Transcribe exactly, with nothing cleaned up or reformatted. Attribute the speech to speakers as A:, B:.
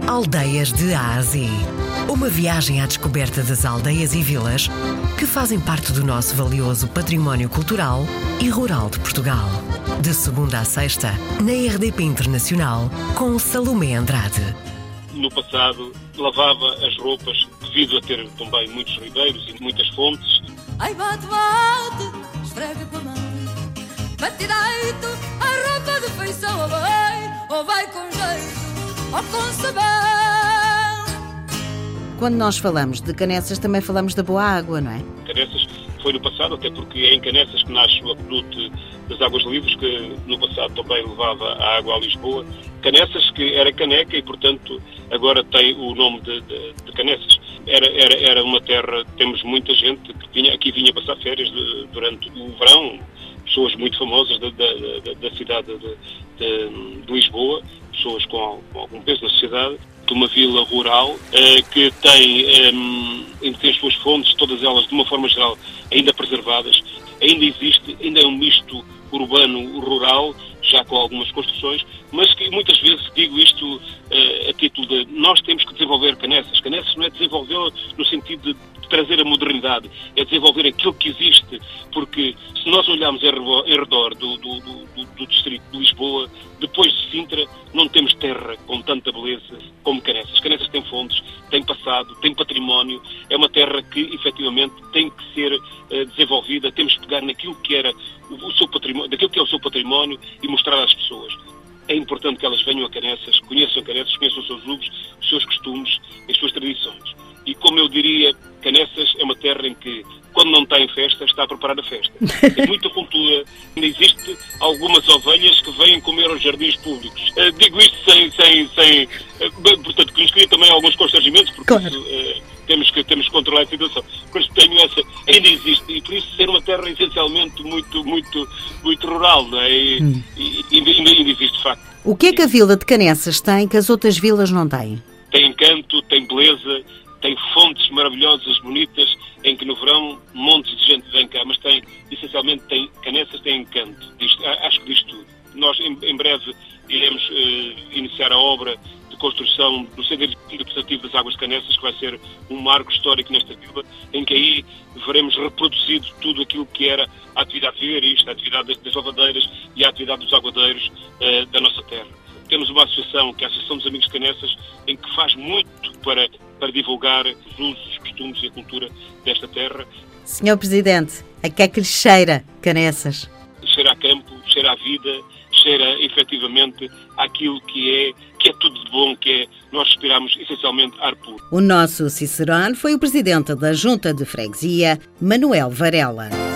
A: Aldeias de A a Z. Uma viagem à descoberta das aldeias e vilas que fazem parte do nosso valioso património cultural e rural de Portugal. De segunda a sexta, na R D P Internacional, com Salomé Andrade.
B: No passado, lavava as roupas devido a ter também muitos ribeiros e muitas fontes.
C: Ai, bate, bate, esfrega com a mão, bate direito, a roupa de feição, ou vai, ou vai com jeito, ou com sabão.
D: Quando nós falamos de Canessas, também falamos da boa água, não é?
B: Canessas foi no passado, até porque é em Canessas que nasce o aqueduto das Águas Livres, que no passado também levava a água a Lisboa. Canessas, que era Caneca e, portanto, agora tem o nome de, de, de Canessas. Era, era, era uma terra, temos muita gente que vinha, aqui vinha passar férias de, durante o verão, pessoas muito famosas da, da, da, da cidade de, de, de Lisboa, pessoas com, com algum peso na sociedade, de uma vila rural eh, que tem, eh, tem as suas fontes, todas elas de uma forma geral ainda preservadas. Ainda existe, ainda é um misto urbano-rural, já com algumas construções, mas que muitas vezes digo isto eh, a título de nós temos que desenvolver Canessas. Canessas não é desenvolver no sentido de trazer a modernidade, é desenvolver aquilo que existe, porque se nós olharmos em redor do, do, do, do distrito de Lisboa, depois de Sintra, não temos terra com tanta beleza como Canessas. Canessas tem fontes, tem passado, tem património, é uma terra que efetivamente tem que ser uh, desenvolvida, temos que pegar naquilo que era o, o seu património, daquilo que é o seu património e mostrar às pessoas. É importante que elas venham a Canessas, conheçam Canessas, conheçam os seus usos, os seus costumes, as suas tradições. E como eu diria, Canessas é uma terra em que, quando não está em festa, está a preparar a festa. Tem muita cultura. Ainda existe algumas ovelhas que vêm comer aos jardins públicos. Uh, digo isto sem... sem, sem uh, portanto, que nos cria também alguns constrangimentos, porque
D: claro.
B: isso, uh, temos, que, temos que controlar a situação. Mas tenho essa... Ainda existe. E por isso ser uma terra essencialmente muito, muito, muito rural, não é? E, hum. e, e ainda, ainda existe, de facto.
D: O que é que a vila de Canessas tem que as outras vilas não têm?
B: Tem encanto, tem beleza, tem fontes maravilhosas, bonitas, em que no verão montes de gente vem cá, mas tem, essencialmente, tem, Canessas tem encanto. Diz, acho que diz tudo. Nós, em, em breve, iremos uh, iniciar a obra de construção do Centro Interpretativo das Águas de Canessas, que vai ser um marco histórico nesta vila, em que aí veremos reproduzido tudo aquilo que era a atividade vigarista, a atividade das, das lavadeiras e a atividade dos aguadeiros uh, da nossa terra. Temos uma associação, que é a Associação dos Amigos de Canessas, em que faz muito para, para divulgar os usos, os costumes e a cultura desta terra.
D: senhor Presidente, a que é que lhe cheira Canessas?
B: Cheira a campo, cheira à vida, cheira efetivamente àquilo que é, que é tudo de bom, que é nós respiramos essencialmente ar puro.
D: O nosso Cicerone foi o Presidente da Junta de Freguesia, Manuel Varela.